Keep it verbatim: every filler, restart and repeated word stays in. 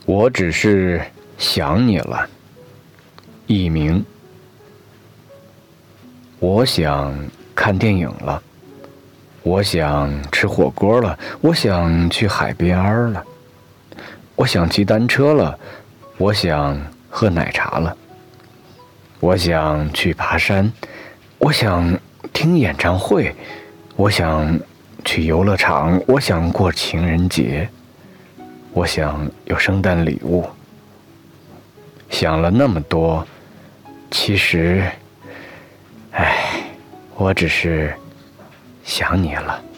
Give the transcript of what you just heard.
我只是想你了。佚名。我想看电影了，我想吃火锅了，我想去海边了，我想骑单车了，我想喝奶茶了，我想去爬山，我想听演唱会，我想去游乐场，我想过情人节，我想有圣诞礼物。想了那么多，其实，唉，我只是想你了。